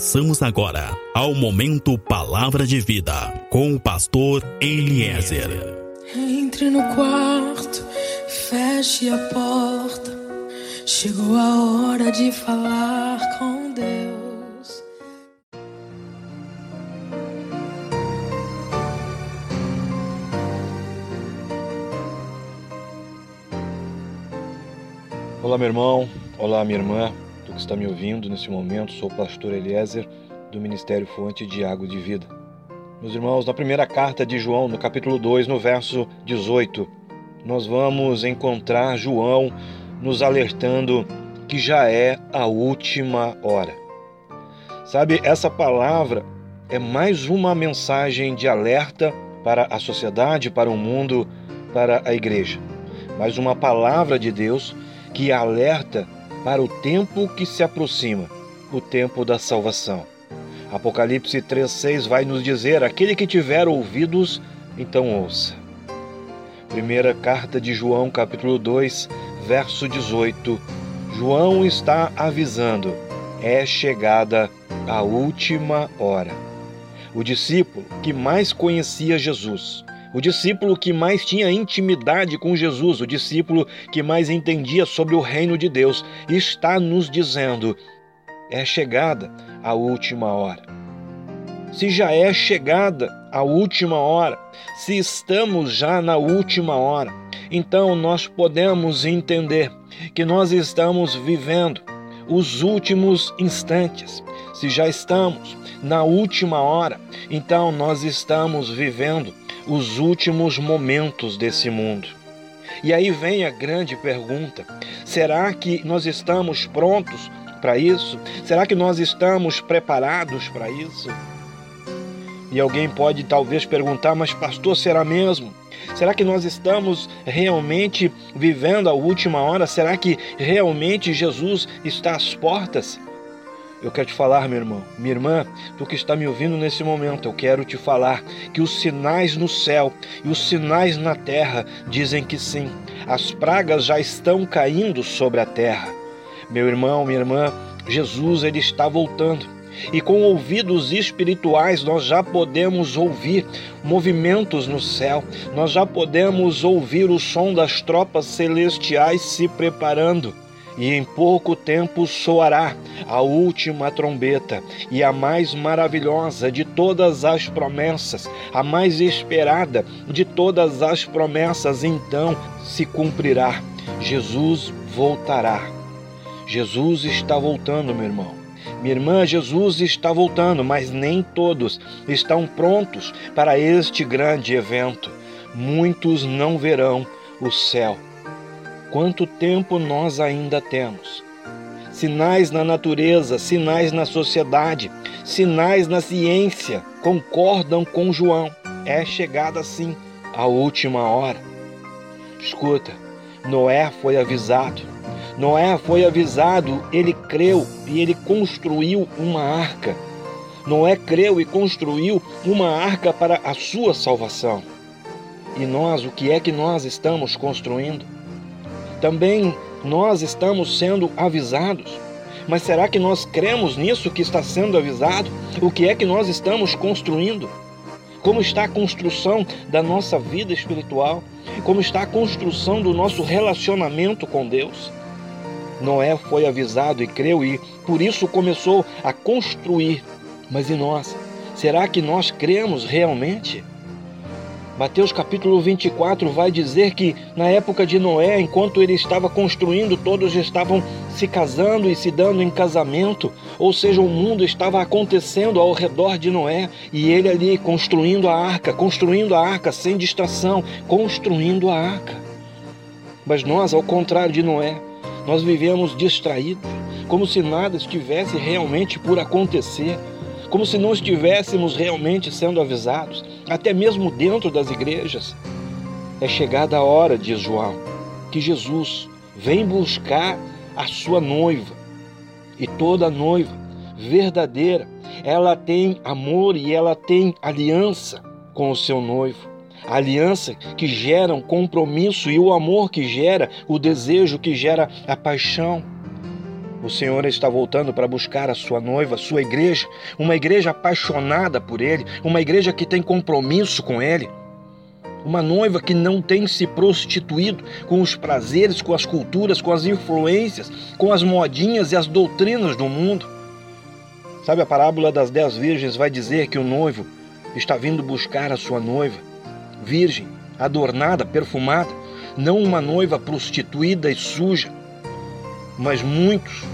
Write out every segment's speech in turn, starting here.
Passamos agora ao momento Palavra de Vida com o pastor Eliezer. Entre no quarto, feche a porta. Chegou a hora de falar com Deus. Olá, meu irmão. Olá, minha irmã. Tu que está me ouvindo nesse momento, sou o pastor Eliezer, do Ministério Fonte de Água de Vida. Meus irmãos, na primeira carta de João, no capítulo 2, no verso 18, nós vamos encontrar João nos alertando que já é a última hora. Sabe, essa palavra é mais uma mensagem de alerta para a sociedade, para o mundo, para a igreja. Mais uma palavra de Deus que alerta para o tempo que se aproxima, o tempo da salvação. Apocalipse 3,6 vai nos dizer: aquele que tiver ouvidos, então ouça. Primeira carta de João, capítulo 2, verso 18. João está avisando: é chegada a última hora. O discípulo que mais conhecia Jesus, o discípulo que mais tinha intimidade com Jesus, o discípulo que mais entendia sobre o reino de Deus, está nos dizendo: é chegada a última hora. Se já é chegada a última hora, se estamos já na última hora, então nós podemos entender que nós estamos vivendo os últimos instantes. Se já estamos na última hora, então nós estamos vivendo os últimos momentos desse mundo. E aí vem a grande pergunta: será que nós estamos prontos para isso? Será que nós estamos preparados para isso? E alguém pode talvez perguntar: mas pastor, será mesmo? Será que nós estamos realmente vivendo a última hora? Será que realmente Jesus está às portas? Eu quero te falar, meu irmão, minha irmã, tu que está me ouvindo nesse momento, eu quero te falar que os sinais no céu e os sinais na terra dizem que sim, as pragas já estão caindo sobre a terra. Meu irmão, minha irmã, Jesus, ele está voltando. E com ouvidos espirituais nós já podemos ouvir movimentos no céu, nós já podemos ouvir o som das tropas celestiais se preparando. E em pouco tempo soará a última trombeta, e a mais maravilhosa de todas as promessas, a mais esperada de todas as promessas, então se cumprirá. Jesus voltará. Jesus está voltando, meu irmão. Minha irmã, Jesus está voltando, mas nem todos estão prontos para este grande evento. Muitos não verão o céu. Quanto tempo nós ainda temos? Sinais na natureza, sinais na sociedade, sinais na ciência concordam com João. É chegada sim a última hora. Escuta, Noé foi avisado. Noé foi avisado, ele creu e ele construiu uma arca. Noé creu e construiu uma arca para a sua salvação. E nós, o que é que nós estamos construindo? Também nós estamos sendo avisados. Mas será que nós cremos nisso que está sendo avisado? O que é que nós estamos construindo? Como está a construção da nossa vida espiritual? Como está a construção do nosso relacionamento com Deus? Noé foi avisado e creu e por isso começou a construir. Mas e nós? Será que nós cremos realmente? Mateus capítulo 24 vai dizer que na época de Noé, enquanto ele estava construindo, todos estavam se casando e se dando em casamento, ou seja, o mundo estava acontecendo ao redor de Noé e ele ali construindo a arca sem distração, construindo a arca. Mas nós, ao contrário de Noé, nós vivemos distraídos, como se nada estivesse realmente por acontecer, como se não estivéssemos realmente sendo avisados, até mesmo dentro das igrejas. É chegada a hora, diz João, que Jesus vem buscar a sua noiva. E toda noiva verdadeira, ela tem amor e ela tem aliança com o seu noivo. A aliança que gera um compromisso e o amor que gera o desejo, que gera a paixão. O Senhor está voltando para buscar a sua noiva, a sua igreja, uma igreja apaixonada por Ele, uma igreja que tem compromisso com Ele, uma noiva que não tem se prostituído com os prazeres, com as culturas, com as influências, com as modinhas e as doutrinas do mundo. Sabe, a parábola das 10 virgens vai dizer que o noivo está vindo buscar a sua noiva, virgem, adornada, perfumada, não uma noiva prostituída e suja. Mas muitos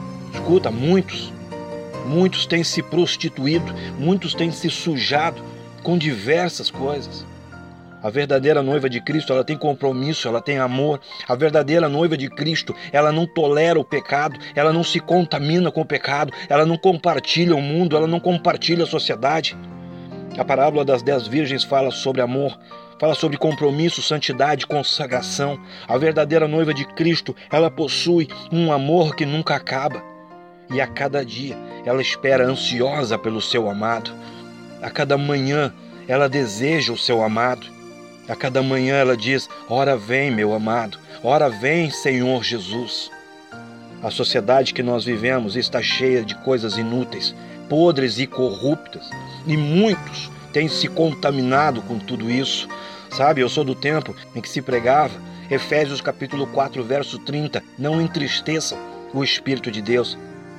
têm se prostituído, muitos têm se sujado com diversas coisas. A verdadeira noiva de Cristo, ela tem compromisso, ela tem amor. A verdadeira noiva de Cristo, ela não tolera o pecado, ela não se contamina com o pecado, ela não compartilha o mundo, ela não compartilha a sociedade. A parábola das 10 virgens fala sobre amor, fala sobre compromisso, santidade, consagração. A verdadeira noiva de Cristo, ela possui um amor que nunca acaba. E a cada dia, ela espera ansiosa pelo seu amado. A cada manhã, ela deseja o seu amado. A cada manhã ela diz: ora vem, meu amado, ora vem, Senhor Jesus. A sociedade que nós vivemos está cheia de coisas inúteis, podres e corruptas, e muitos têm se contaminado com tudo isso. Sabe, eu sou do tempo em que se pregava Efésios capítulo 4, verso 30, não entristeçam o Espírito de Deus.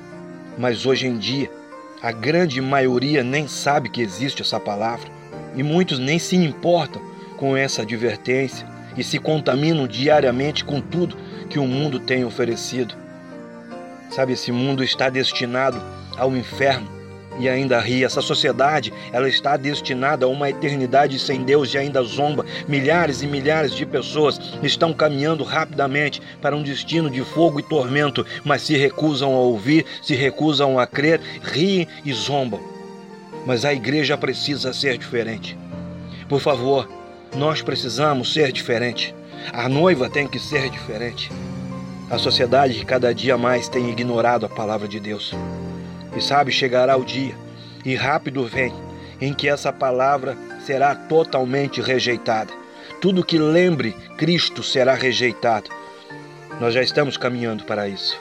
Mas hoje em dia, a grande maioria nem sabe que existe essa palavra, e muitos nem se importam com essa advertência e se contaminam diariamente com tudo que o mundo tem oferecido. Sabe, esse mundo está destinado ao inferno e ainda ri. Essa sociedade, ela está destinada a uma eternidade sem Deus e ainda zomba. Milhares e milhares de pessoas estão caminhando rapidamente para um destino de fogo e tormento, mas se recusam a ouvir, se recusam a crer, riem e zombam. Mas a igreja precisa ser diferente. Por favor, nós precisamos ser diferente. A noiva tem que ser diferente. A sociedade cada dia mais tem ignorado a palavra de Deus. E sabe, chegará o dia, e rápido vem, em que essa palavra será totalmente rejeitada. Tudo que lembre Cristo será rejeitado. Nós já estamos caminhando para isso.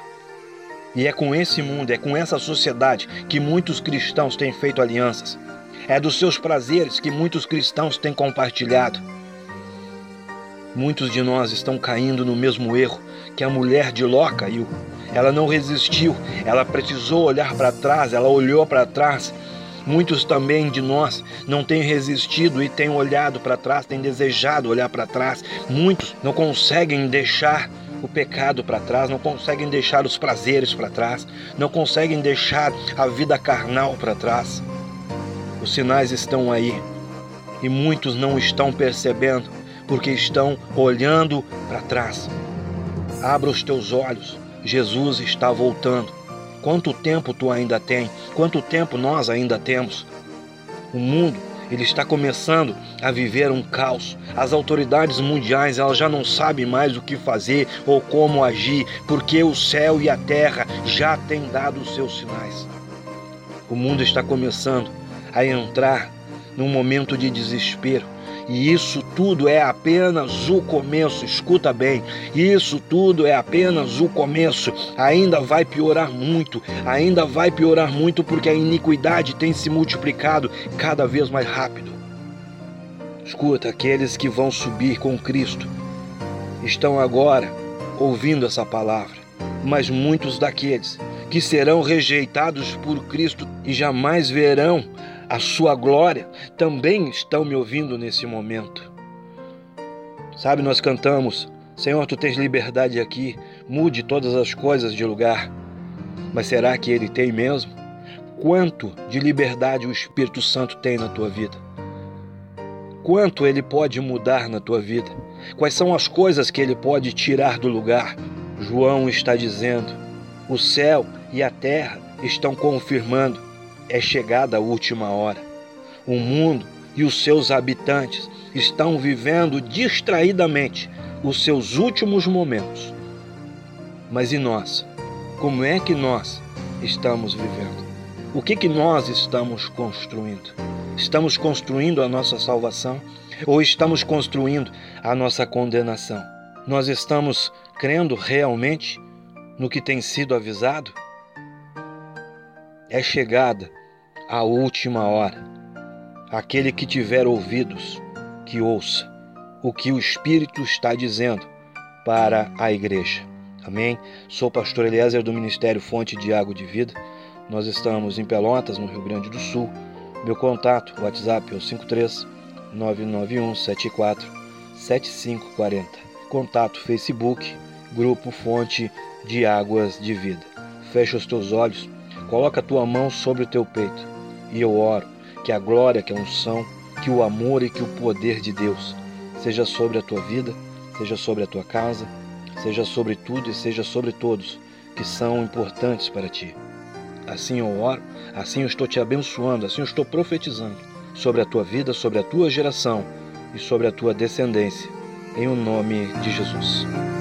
E é com esse mundo, é com essa sociedade que muitos cristãos têm feito alianças. É dos seus prazeres que muitos cristãos têm compartilhado. Muitos de nós estão caindo no mesmo erro que a mulher de Ló caiu. Ela não resistiu, ela precisou olhar para trás, ela olhou para trás. Muitos também de nós não têm resistido e têm olhado para trás, têm desejado olhar para trás. Muitos não conseguem deixar o pecado para trás, não conseguem deixar os prazeres para trás, não conseguem deixar a vida carnal para trás. Os sinais estão aí e muitos não estão percebendo porque estão olhando para trás. Abra os teus olhos, Jesus está voltando. Quanto tempo tu ainda tem? Quanto tempo nós ainda temos? O mundo, ele está começando a viver um caos. As autoridades mundiais, elas já não sabem mais o que fazer ou como agir, porque o céu e a terra já têm dado os seus sinais. O mundo está começando a entrar num momento de desespero. E isso tudo é apenas o começo, escuta bem, isso tudo é apenas o começo. Ainda vai piorar muito porque a iniquidade tem se multiplicado cada vez mais rápido. Escuta, aqueles que vão subir com Cristo estão agora ouvindo essa palavra, mas muitos daqueles que serão rejeitados por Cristo e jamais verão a sua glória também estão me ouvindo nesse momento. Sabe, nós cantamos: Senhor, tu tens liberdade aqui, mude todas as coisas de lugar. Mas será que ele tem mesmo? Quanto de liberdade o Espírito Santo tem na tua vida? Quanto ele pode mudar na tua vida? Quais são as coisas que ele pode tirar do lugar? João está dizendo: o céu e a terra estão confirmando: é chegada a última hora. O mundo e os seus habitantes estão vivendo distraidamente os seus últimos momentos. Mas e nós? Como é que nós estamos vivendo? O que nós estamos construindo? Estamos construindo a nossa salvação ou estamos construindo a nossa condenação? Nós estamos crendo realmente no que tem sido avisado? É chegada a última hora. Aquele que tiver ouvidos, que ouça o que o Espírito está dizendo para a igreja. Amém? Sou o pastor Eliezer do Ministério Fonte de Água de Vida. Nós estamos em Pelotas, no Rio Grande do Sul. Meu contato, WhatsApp é o 53-99174-7540. Contato Facebook, Grupo Fonte de Águas de Vida. Fecha os teus olhos, coloca a tua mão sobre o teu peito e eu oro que a glória, que a unção, que o amor e que o poder de Deus seja sobre a tua vida, seja sobre a tua casa, seja sobre tudo e seja sobre todos que são importantes para ti. Assim eu oro, assim eu estou te abençoando, assim eu estou profetizando sobre a tua vida, sobre a tua geração e sobre a tua descendência, em o nome de Jesus.